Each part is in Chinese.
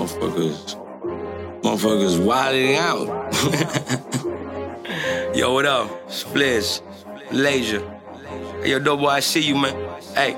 Motherfuckers wilding out. Yo, what up? Splish, Malaysia. Hey, yo, dope boy, I see you, man. Hey.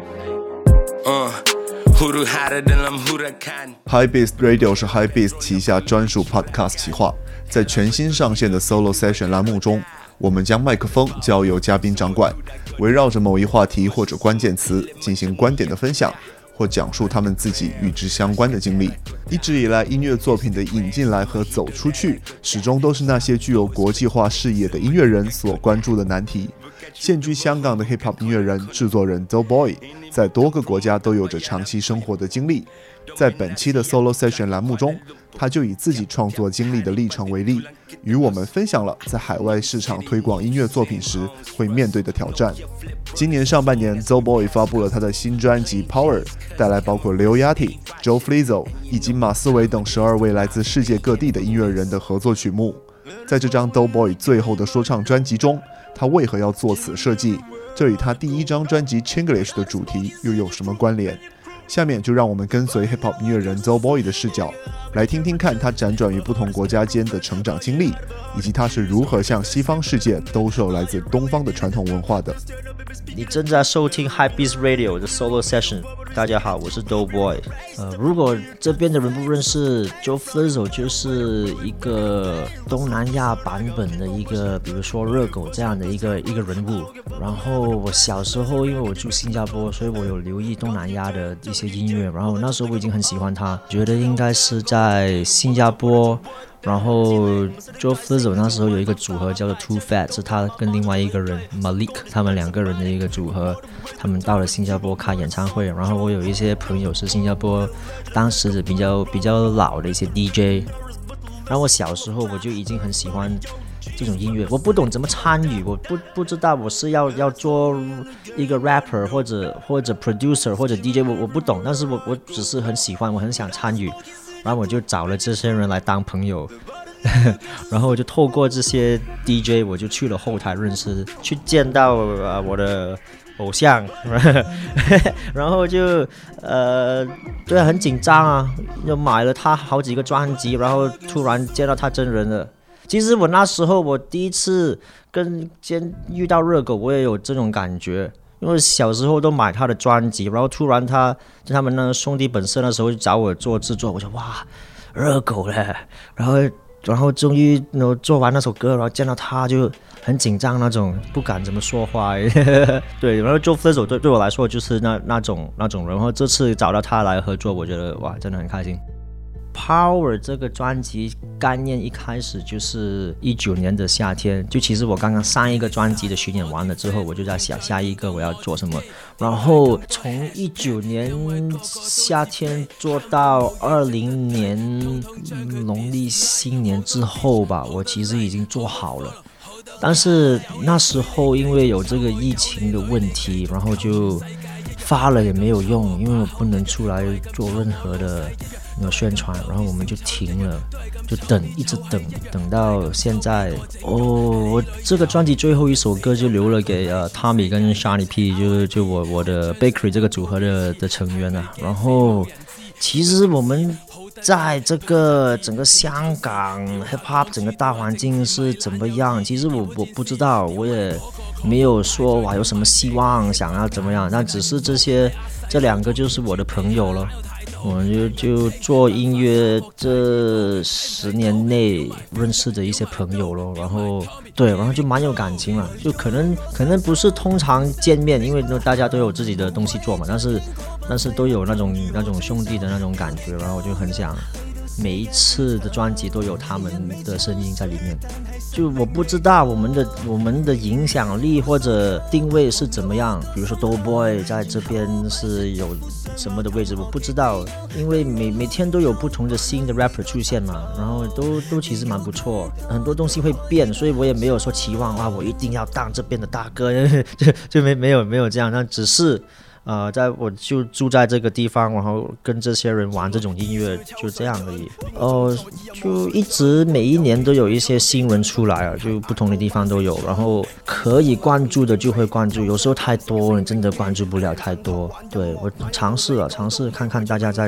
Who hotter than I'm who the can. Hypebeast Radio 是 Hypebeast 旗下专属 Podcast 企划，在全新上线的 Solo Session 栏目中，我们将麦克风交由嘉宾掌管，围绕着某一话题或者关键词进行观点的分享，或讲述他们自己与之相关的经历。一直以来，音乐作品的引进来和走出去，始终都是那些具有国际化视野的音乐人所关注的难题。现居香港的 Hip Hop 音乐人、制作人 Doughboy 在多个国家都有着长期生活的经历。在本期的 Solo Session 栏目中，他就以自己创作经历的历程为例，与我们分享了在海外市场推广音乐作品时会面对的挑战。今年上半年 Doughboy 发布了他的新专辑 Power， 带来包括Lil Yachty、Joe Flizzo 以及马思唯等12位来自世界各地的音乐人的合作曲目。在这张 Doughboy 最后的说唱专辑中，他为何要做此设计？这与他第一张专辑 Chinglish 的主题又有什么关联？下面就让我们跟随 Hip Hop 音乐人 Doughboy 的视角，来听听看他辗转于不同国家间的成长经历，以及他是如何向西方世界兜售来自东方的传统文化的。 你正在收听 Hypebeast Radio 的 Solo Session。大家好，我是 Doughboy。如果这边的人不认识 Joe Flizzo， 就是一个东南亚版本的一个，比如说热狗这样的一个人物。然后我小时候因为我住新加坡，所以我有留意东南亚的一些音乐。然后那时候我已经很喜欢他，觉得应该是在新加坡。然后 Joe Flizzo 那时候有一个组合叫做 Too Fat， 是他跟另外一个人 Malik 他们两个人的一个组合，他们到了新加坡开演唱会。然后我有一些朋友是新加坡当时的比较老的一些 DJ， 然后我小时候我就已经很喜欢这种音乐，我不懂怎么参与，我不知道我是要做一个 rapper 或者 producer 或者 DJ， 我不懂，但是我只是很喜欢，我很想参与。然后我就找了这些人来当朋友然后我就透过这些 DJ， 我就去了后台认识，去见到我的偶像然后就对，很紧张啊，就买了他好几个专辑，然后突然见到他真人了。其实我那时候我第一次遇到热狗，我也有这种感觉，因为小时候都买他的专辑，然后突然他们那个兄弟本色那时候就找我做制作，我说哇，热狗嘞，然后终于做完那首歌，然后见到他就很紧张那种，不敢怎么说话对，然后做分手对我来说就是那种人，然后这次找到他来合作，我觉得哇，真的很开心。Power 这个专辑概念一开始就是19年的夏天，就其实我刚刚上一个专辑的巡演完了之后，我就在想下一个我要做什么，然后从19年夏天做到20年农历新年之后吧，我其实已经做好了。但是那时候因为有这个疫情的问题，然后就发了也没有用，因为我不能出来做任何的宣传，然后我们就停了，就一直等到现在。我这个专辑最后一首歌就留了给Tommy 跟 Shani P， 就我的 Bakery 这个组合的成员啊。然后其实我们在这个整个香港 Hip Hop 整个大环境是怎么样，其实我不知道，我也没有说哇有什么希望想要怎么样，但只是这两个就是我的朋友了。我就做音乐这10年内认识的一些朋友咯，然后就蛮有感情了，就可能不是通常见面，因为大家都有自己的东西做嘛，但是都有那种兄弟的那种感觉，然后我就很想每一次的专辑都有他们的声音在里面。就我不知道我们的影响力或者定位是怎么样，比如说 Doughboy 在这边是有什么的位置，我不知道，因为每天都有不同的新的 rapper 出现嘛，然后都其实蛮不错，很多东西会变，所以我也没有说期望啊，我一定要当这边的大哥就没有这样，但只是我就住在这个地方，然后跟这些人玩这种音乐，就这样而已。就一直每一年都有一些新闻出来啊，就不同的地方都有，然后可以关注的就会关注，有时候太多你真的关注不了太多。对，我尝试看看大家在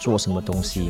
做什么东西。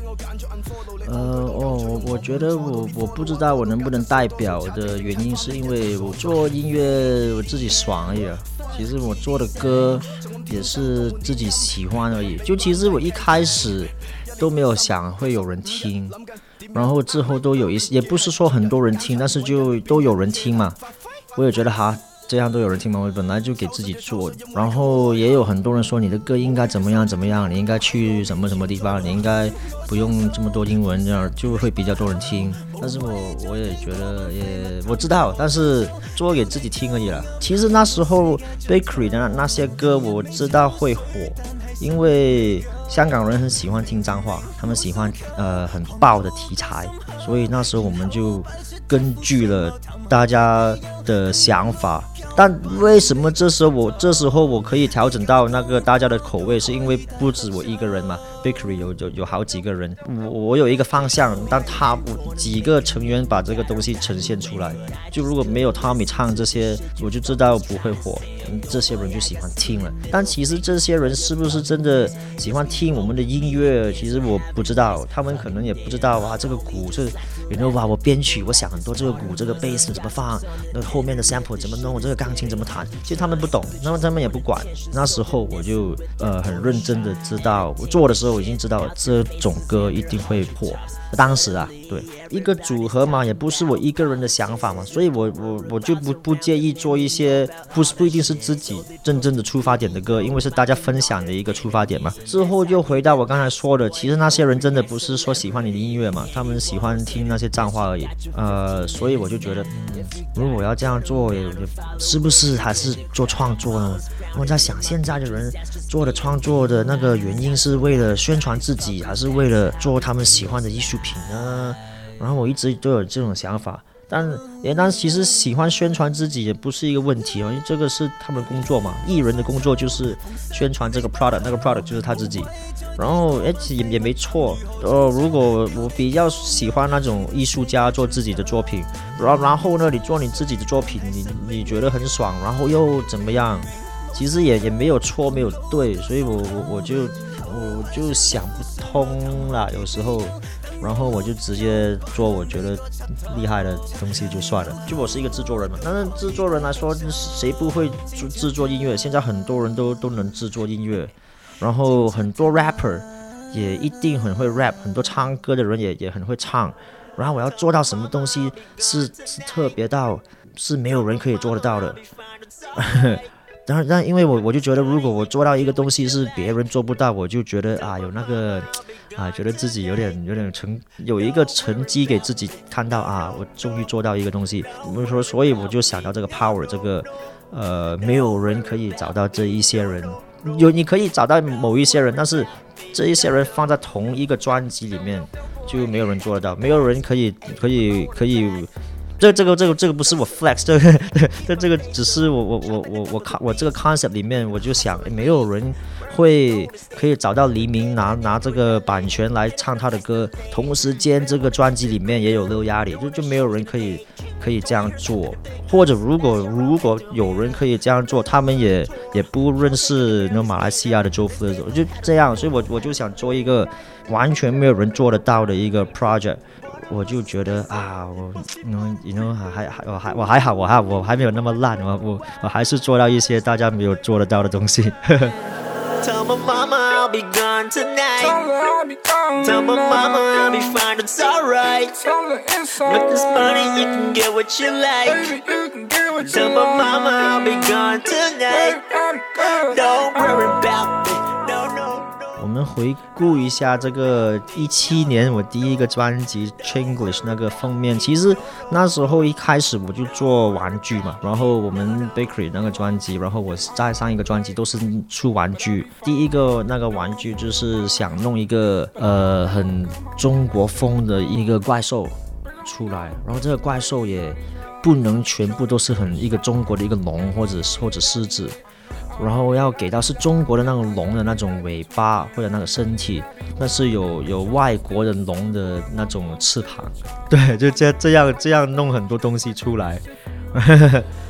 我觉得我不知道我能不能代表的原因，是因为我做音乐我自己爽而已啊。其实我做的歌也是自己喜欢而已。就其实我一开始都没有想会有人听，然后之后都有一些，也不是说很多人听，但是就都有人听嘛。我也觉得这样都有人听吗？我本来就给自己做，然后也有很多人说你的歌应该怎么样怎么样，你应该去什么什么地方，你应该不用这么多英文，这样就会比较多人听。但是我也觉得我知道，但是做给自己听而已啦。其实那时候 Bakery 的那些歌我知道会火，因为香港人很喜欢听脏话，他们喜欢很爆的题材，所以那时候我们就根据了大家的想法。但为什么这时候我可以调整到那个大家的口味，是因为不止我一个人嘛 ，Bakery 有好几个人，我有一个方向，但几个成员把这个东西呈现出来。就如果没有 Tommy 唱这些，我就知道不会火，这些人就喜欢听了。但其实这些人是不是真的喜欢听我们的音乐，其实我不知道，他们可能也不知道这个鼓是我编曲，我想很多这个鼓这个 bass 怎么放，那后面的 sample 怎么弄，这个钢琴怎么弹，其实他们不懂，他们也不管。那时候我就很认真的知道，我做的时候我已经知道这种歌一定会火。当时对一个组合嘛，也不是我一个人的想法嘛，所以我就不介意做一些不一定是自己真正的出发点的歌，因为是大家分享的一个出发点嘛。之后就回到我刚才说的，其实那些人真的不是说喜欢你的音乐嘛，他们喜欢听那些脏话而已。所以我就觉得，如果我要这样做，是不是还是做创作呢？我在想，现在的人做的创作的那个原因是为了宣传自己，还是为了做他们喜欢的艺术品呢？然后我一直都有这种想法，但其实喜欢宣传自己也不是一个问题因为这个是他们的工作嘛，艺人的工作就是宣传这个 product， 那个 product 就是他自己，然后也没错。如果我比较喜欢那种艺术家做自己的作品，然后呢，你做你自己的作品，你觉得很爽，然后又怎么样？其实也没有错，没有对，所以我就想不通啦，有时候，然后我就直接做我觉得厉害的东西就算了。就我是一个制作人嘛，但是制作人来说，谁不会制作音乐？现在很多人都能制作音乐，然后很多 rapper 也一定很会 rap， 很多唱歌的人也很会唱。然后我要做到什么东西是特别到是没有人可以做得到的。但因为我就觉得，如果我做到一个东西是别人做不到，我就觉得有那个觉得自己有点有一个成绩给自己看到我终于做到一个东西。所以我就想到这个 power， 这个没有人可以找到这一些人，你可以找到某一些人，但是这一些人放在同一个专辑里面就没有人做得到，没有人可以。这个不是我 flex， 这个只是我这个 concept 里面我就想，没有人可以找到黎明拿这个版权来唱他的歌，同时间这个专辑里面也有六压里，就没有人可以这样做。或者如果有人可以这样做，他们也不认识那马来西亚的Joe Flizzo，就这样。所以我就想做一个完全没有人做得到的一个 project。我就觉得我还好，我还没有那么烂，我还是做到一些大家没有做得到的东西。Tell my mama I'll be gone tonight. Tell my mama I'll be fine, it's alright. With this money you can get what you like. Tell my mama I'll be gone tonight. Don't worry about me. 我们回顾一下这个17年我第一个专辑 Chinglish 那个封面，其实那时候一开始我就做玩具嘛，然后我们 Bakery 那个专辑，然后我再上一个专辑都是出玩具。第一个那个玩具就是想弄一个很中国风的一个怪兽出来，然后这个怪兽也不能全部都是一个中国的一个龙或者狮子，然后要给到是中国的那种龙的那种尾巴或者那个身体，但是有外国的龙的那种翅膀，对，就这样弄很多东西出来。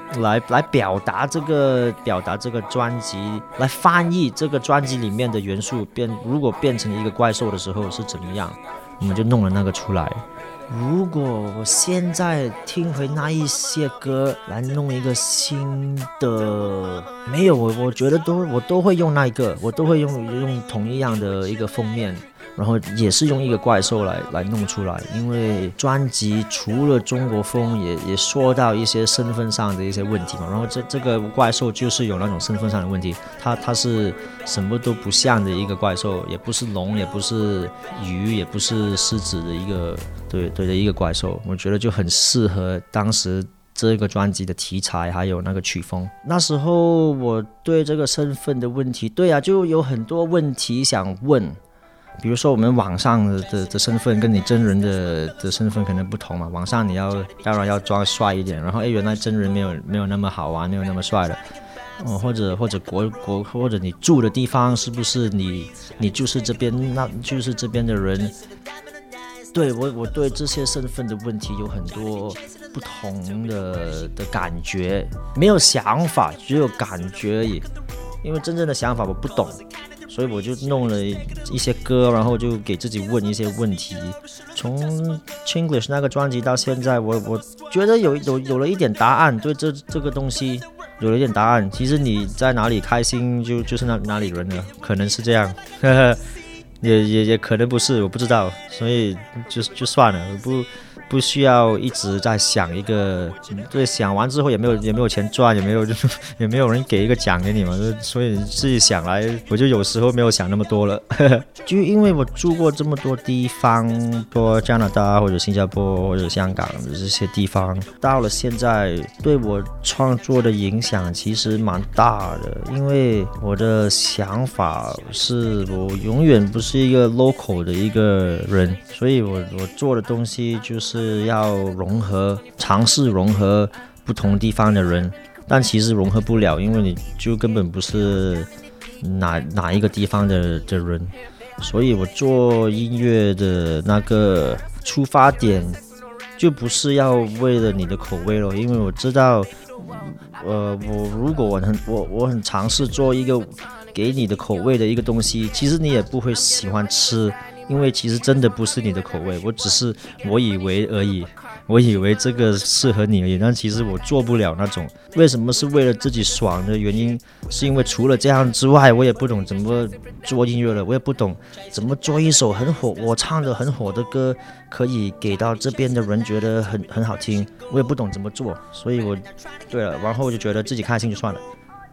来表达这个专辑，来翻译这个专辑里面的元素如果变成一个怪兽的时候是怎么样，我们就弄了那个出来。如果我现在听回那一些歌来弄一个新的，没有，我觉得我都会用那一个，我都会用同一样的一个封面，然后也是用一个怪兽来弄出来。因为专辑除了中国风也说到一些身份上的一些问题嘛，然后这个怪兽就是有那种身份上的问题，它是什么都不像的一个怪兽，也不是龙，也不是鱼，也不是狮子的一个对的一个怪兽，我觉得就很适合当时这个专辑的题材还有那个曲风。那时候我对这个身份的问题，对啊，就有很多问题想问，比如说我们网上的身份跟你真人的身份可能不同嘛，网上你当然要装帅一点，然后原来真人没有那么好玩，没有那么帅了。或者国或者你住的地方是不是你就是这边，那就是这边的人。对，我对这些身份的问题有很多不同的感觉，没有想法，只有感觉而已。因为真正的想法我不懂，所以我就弄了一些歌，然后就给自己问一些问题。从 Chinglish 那个专辑到现在，我觉得有了一点答案，对这个东西有了一点答案。其实你在哪里开心就是哪里人了，可能是这样。呵呵，也可能不是，我不知道，所以就算了，不需要一直在想一个，对，想完之后也没有钱赚，也没有人给一个奖给你嘛，所以自己想来，我就有时候没有想那么多了。就因为我住过这么多地方，包括加拿大或者新加坡或者香港的这些地方，到了现在对我创作的影响其实蛮大的，因为我的想法是我永远不是一个 local 的一个人，所以我做的东西就是要尝试融合不同地方的人，但其实融合不了，因为你就根本不是哪一个地方的人，所以我做音乐的那个出发点就不是要为了你的口味了，因为我知道，如果我很尝试做一个给你的口味的一个东西，其实你也不会喜欢吃，因为其实真的不是你的口味，我以为而已，我以为这个适合你而已，但其实我做不了那种。为什么是为了自己爽的原因，是因为除了这样之外，我也不懂怎么做音乐了，我也不懂怎么做一首我唱的很火的歌，可以给到这边的人觉得很好听，我也不懂怎么做，所以对了，然后我就觉得自己开心就算了。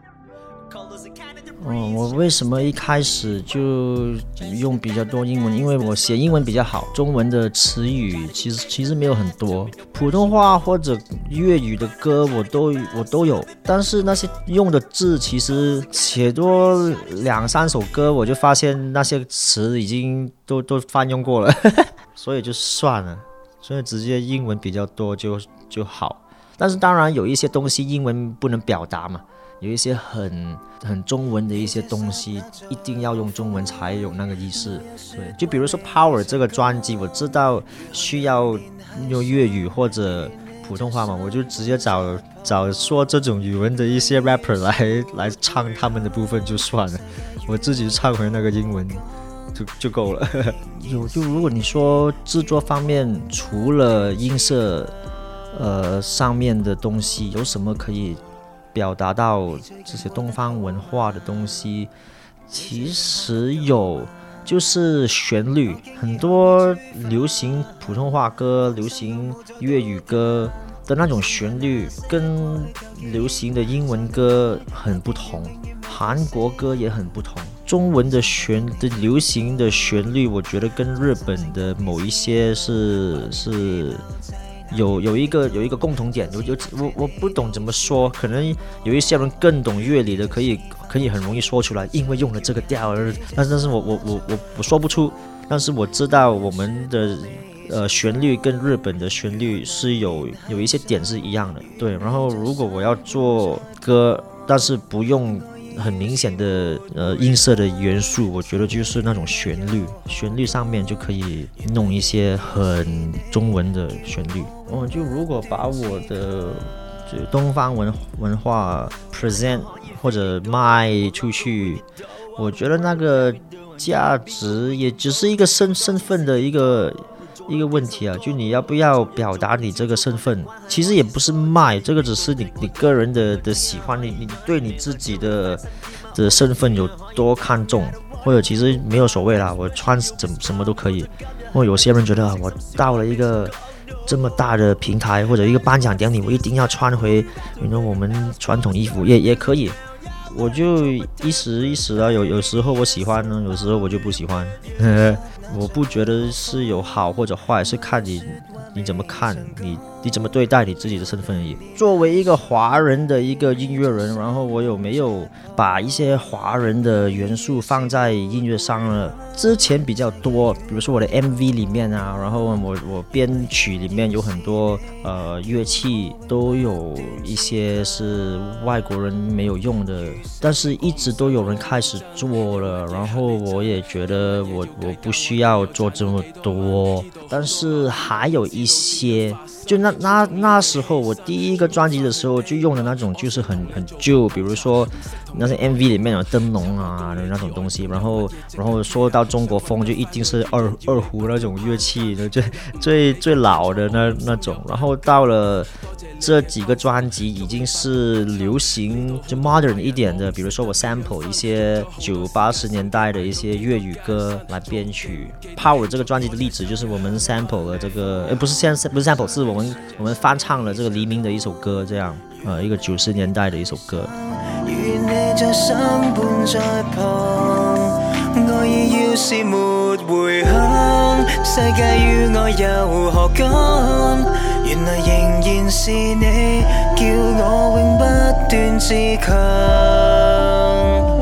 我为什么一开始就用比较多英文？因为我写英文比较好，中文的词语其实没有很多，普通话或者粤语的歌我都有，但是那些用的字其实写多2-3首歌，我就发现那些词已经都泛用过了，所以就算了，所以直接英文比较多就好。但是当然有一些东西英文不能表达嘛。有一些很中文的一些东西，一定要用中文才有那个意思。对，就比如说 Power 这个专辑，我知道需要用粤语或者普通话嘛，我就直接找说这种语文的一些 rapper 来唱他们的部分就算了，我自己唱回那个英文就够了。就如果你说制作方面，除了音色上面的东西，有什么可以表达到这些东方文化的东西，其实有，就是旋律，很多流行普通话歌、流行粤语歌的那种旋律，跟流行的英文歌很不同，韩国歌也很不同。中文的流行的旋律，我觉得跟日本的某一些是有一个共同点，我不懂怎么说，可能有一些人更懂乐理的，可以很容易说出来，因为用了这个调，但是我说不出，但是我知道我们的旋律跟日本的旋律是有一些点是一样的，对。然后如果我要做歌，但是不用很明显的音色的元素，我觉得就是那种旋律上面就可以弄一些很中文的旋律。就如果把我的就东方文化 present 或者卖出去，我觉得那个价值也只是一个身份的一个问题啊，就你要不要表达你这个身份，其实也不是卖，这个只是你个人的喜欢，你对你自己的身份有多看重，或者其实没有所谓啦，我穿什么都可以。或有些人觉得我到了一个这么大的平台或者一个颁奖典礼，我一定要穿回我们传统衣服也可以。我就一时一时啊，有时候我喜欢呢，有时候我就不喜欢。我不觉得是有好或者坏，是看你怎么看，你怎么对待你自己的身份而已。作为一个华人的一个音乐人，然后我有没有把一些华人的元素放在音乐上呢？之前比较多，比如说我的 MV 里面啊，然后我编曲里面有很多乐器都有一些是外国人没有用的，但是一直都有人开始做了，然后我也觉得我不需要做这么多，但是还有一些，就那时候我第一个专辑的时候就用的那种就是很旧，比如说那些 MV 里面有灯笼啊的那种东西，然后说到中国风就一定是二胡那种乐器的，最老的那种，然后到了这几个专辑已经是流行就 modern 一点的，比如说我 sample 一些90、80年代的一些粤语歌来编曲。Power 这个专辑的例子就是我们 sample 了这个，不是 sample， 是我们翻唱了这个黎明的一首歌，这样一个90年代的一首歌。 願你在相伴在旁，愛意要是沒回響，世界與我又何干？原來仍然是你，叫我永不斷自強。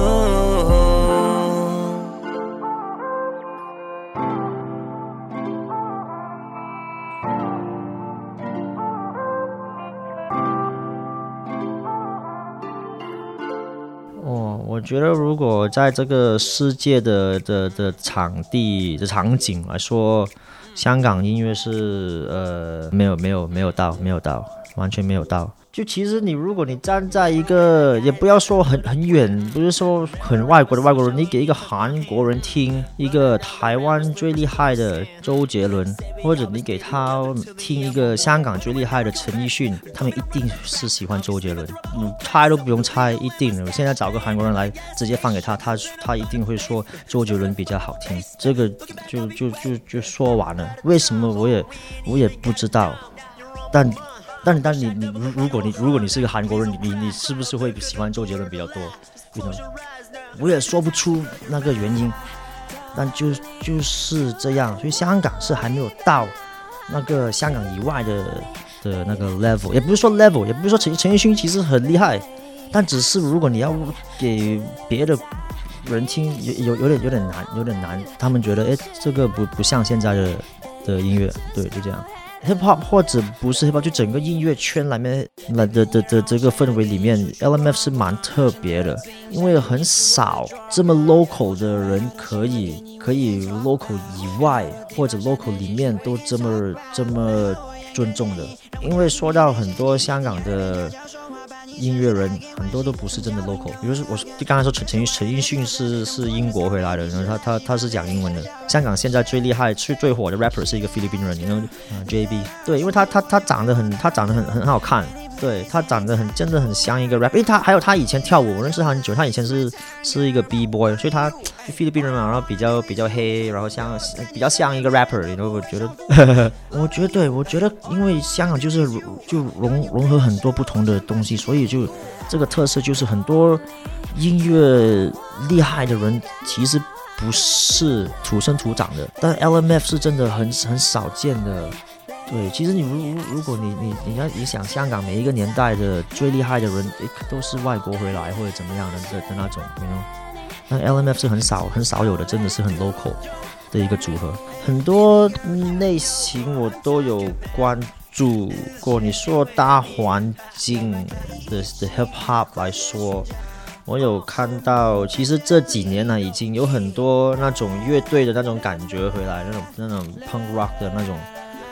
我觉得如果在这个世界的场景来说，香港音乐是没有到，完全没有到。就其实如果你站在一个，也不要说很远，不是说很外国的外国人，你给一个韩国人听一个台湾最厉害的周杰伦，或者你给他听一个香港最厉害的陈奕迅，他们一定是喜欢周杰伦，你猜都不用猜，一定的。我现在找个韩国人来直接放给他一定会说周杰伦比较好听，这个就说完了。为什么我也不知道，但你如果你是个韩国人，你是不是会喜欢周杰伦比较多？我也说不出那个原因，但就是这样。所以香港是还没有到那个香港以外的那个 level， 也不是说 level， 也不是说陈奕迅其实很厉害，但只是如果你要给别的人听，有点难，他们觉得这个不像现在的音乐，对，就这样。hip hop 或者不是 hip hop， 就整个音乐圈里面的这个氛围里面 ，LMF 是蛮特别的，因为很少这么 local 的人可以 local 以外或者 local 里面都这么尊重的。因为说到很多香港的音乐人，很多都不是真的 local。比如说我刚才说陈奕迅是英国回来的，然后他是讲英文的。香港现在最厉害、最火的 rapper 是一个菲律宾人，JB。对，因为他长得很好看，对，他长得真的很像一个 rapper。因为他以前跳舞，我认识他很久，他以前是一个 B boy， 所以他菲律宾人嘛，然后比较黑，然后比较像一个 rapper。我觉得我觉得因为香港就融合很多不同的东西，所以就这个特色就是很多音乐厉害的人其实不是土生土长的，但 LMF 是真的很少见的。对，其实如果你想香港每一个年代的最厉害的人，都是外国回来或者怎么样的那种，那 LMF 是很少有的，真的是很 local 的一个组合。很多类型我都有关注过。你说大环境的 hip hop 来说，我有看到，其实这几年呢，已经有很多那种乐队的那种感觉回来，那种punk rock 的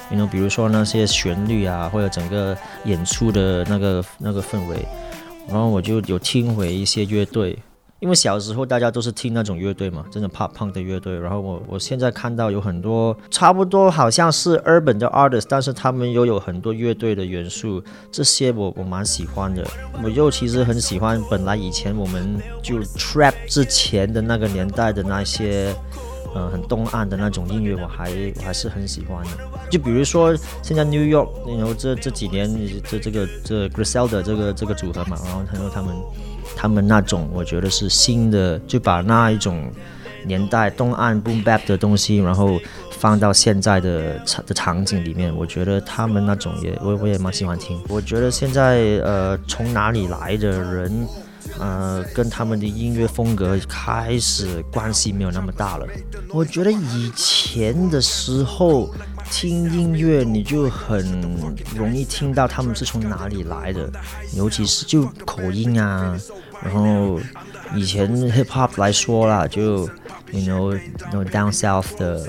比如说那些旋律啊，或者整个演出的那个氛围，然后我就有听回一些乐队。因为小时候大家都是听那种乐队嘛，真的 pop punk 的乐队，然后我现在看到有很多差不多好像是 urban 的 artist， 但是他们又有很多乐队的元素，这些我蛮喜欢的。我又其实很喜欢本来以前我们就 trap 之前的那个年代的那些很东岸的那种音乐，我还是很喜欢的。就比如说现在 New York， 这几年这 Griselda 这个组合嘛，然后他们那种我觉得是新的，就把那一种年代东岸 boom bap 的东西，然后放到现在的场景里面，我觉得他们那种我也蛮喜欢听。我觉得现在从哪里来的人跟他们的音乐风格开始关系没有那么大了。我觉得以前的时候听音乐你就很容易听到他们是从哪里来的，尤其是就口音啊，然后以前 hip hop 来说啦，就 down south 的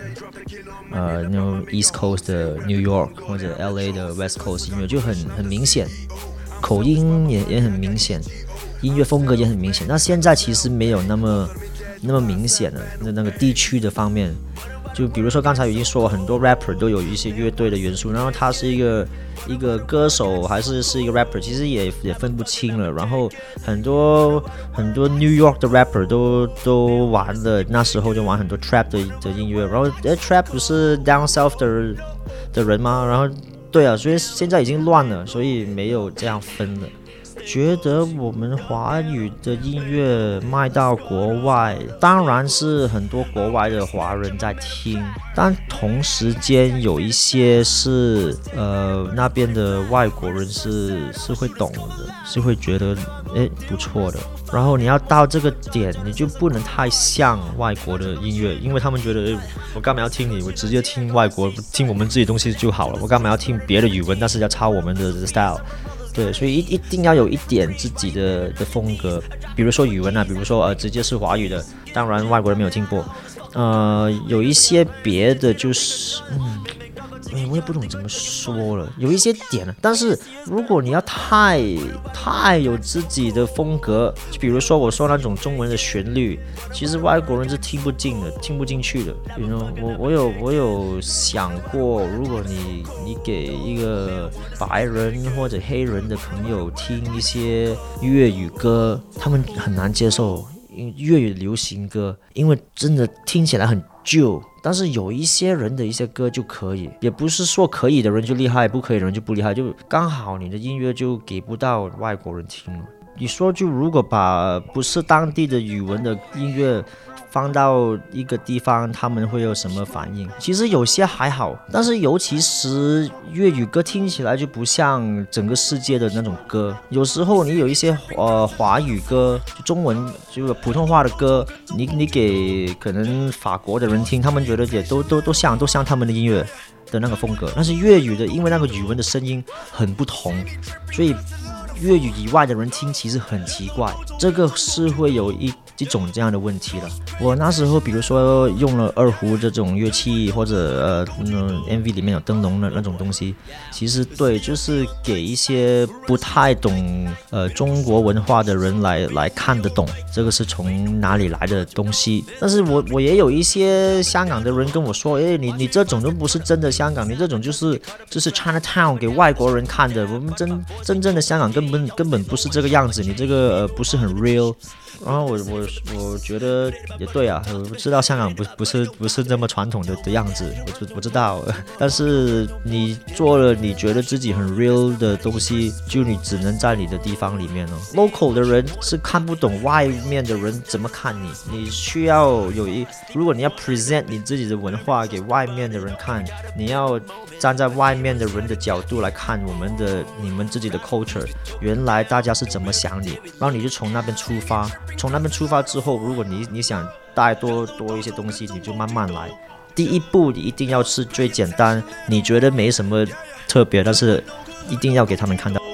East Coast 的 New York 或者 LA 的 West Coast 音乐就很明显，口音也很明显，音乐风格也很明显。那现在其实没有那么明显了，那个地区的方面，就比如说刚才已经说了，很多 rapper 都有一些乐队的元素，然后他是一个歌手还是一个 rapper， 其实也分不清了。然后很多 New York 的 rapper 都玩了，那时候就玩很多 trap 的音乐，然后trap 不是 down south 的人吗？然后对啊，所以现在已经乱了，所以没有这样分了。觉得我们华语的音乐卖到国外，当然是很多国外的华人在听，但同时间有一些是那边的外国人是会懂的，是会觉得不错的。然后你要到这个点，你就不能太像外国的音乐，因为他们觉得我干嘛要听你，我直接听外国，听我们自己东西就好了，我干嘛要听别的语文，但是要抄我们的 style。对，所以一定要有一点自己的风格，比如说语文啊，比如说直接是华语的，当然外国人没有听过，有一些别的就是我也不懂怎么说了，有一些点了。但是如果你要太有自己的风格，就比如说我说那种中文的旋律，其实外国人是听不进去的。我有想过，如果你给一个白人或者黑人的朋友听一些粤语歌，他们很难接受粤语流行歌，因为真的听起来很旧。但是有一些人的一些歌就可以，也不是说可以的人就厉害，不可以的人就不厉害，就刚好你的音乐就给不到外国人听了。你说就如果把不是当地的语文的音乐放到一个地方，他们会有什么反应？其实有些还好，但是尤其是粤语歌听起来就不像整个世界的那种歌。有时候你有一些华语歌，就中文就普通话的歌，你给可能法国的人听，他们觉得也都像他们的音乐的那个风格。但是粤语的，因为那个语文的声音很不同，所以粤语以外的人听其实很奇怪，这个是会有一种这样的问题了。我那时候比如说用了二胡这种乐器，或者MV 里面有灯笼的那种东西，其实对，就是给一些不太懂中国文化的人来看得懂这个是从哪里来的东西。但是我也有一些香港的人跟我说，你这种都不是真的香港，你这种就是 Chinatown 给外国人看的，我们真正的香港根本不是这个样子，你这个不是很 real。然后我觉得也对啊，我知道香港不是这么传统的样子，我知道，但是你做了你觉得自己很 real 的东西，就你只能在你的地方里面哦。local 的人是看不懂外面的人怎么看你，你需要如果你要 present 你自己的文化给外面的人看，你要站在外面的人的角度来看你们自己的 culture， 原来大家是怎么想你，然后你就从那边出发。从那边出发之后，如果你想带多一些东西，你就慢慢来。第一步你一定要是最简单，你觉得没什么特别，但是一定要给他们看到。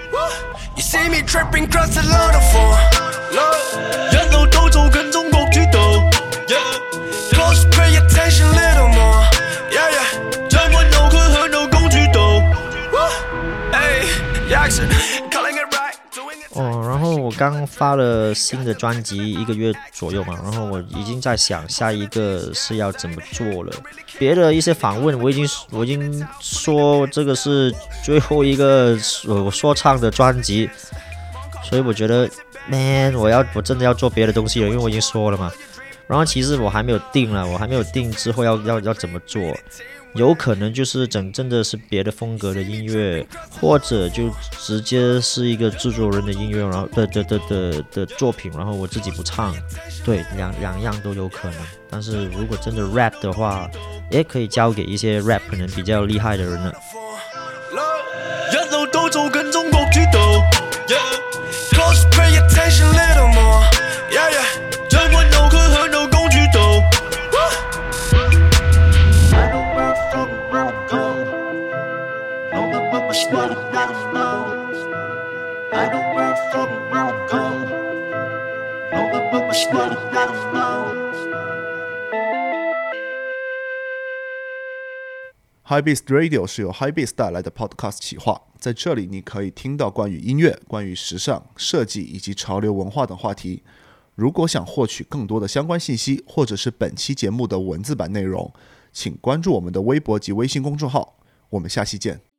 一路都做緊中國主導 Close pay attention little more 將溫度驅向到 listen, calling it right, doing it. 然后我刚发了新的专辑1个月左右嘛，然后我已经在想下一个是要怎么做了。别的一些访问我已经说这个是最后一个我说唱的专辑，所以我觉得 man 我真的要做别的东西了，因为我已经说了嘛。然后其实我还没有定之后要怎么做，有可能就是真的是别的风格的音乐，或者就直接是一个制作人的音乐，然后的作品，然后我自己不唱，对，两样都有可能。但是如果真的 rap 的话，也可以交给一些 rap 可能比较厉害的人了。 一路都做緊中國主導 ，Cause pay attention little more， 將軍路區響到公主道。 Hypebeast Radio 是由 Hypebeast 带来的 Podcast 企划，在这里你可以听到关于音乐、关于时尚、设计以及潮流文化等话题。如果想获取更多的相关信息，或者是本期节目的文字版内容，请关注我们的微博及微信公众号。我们下期见。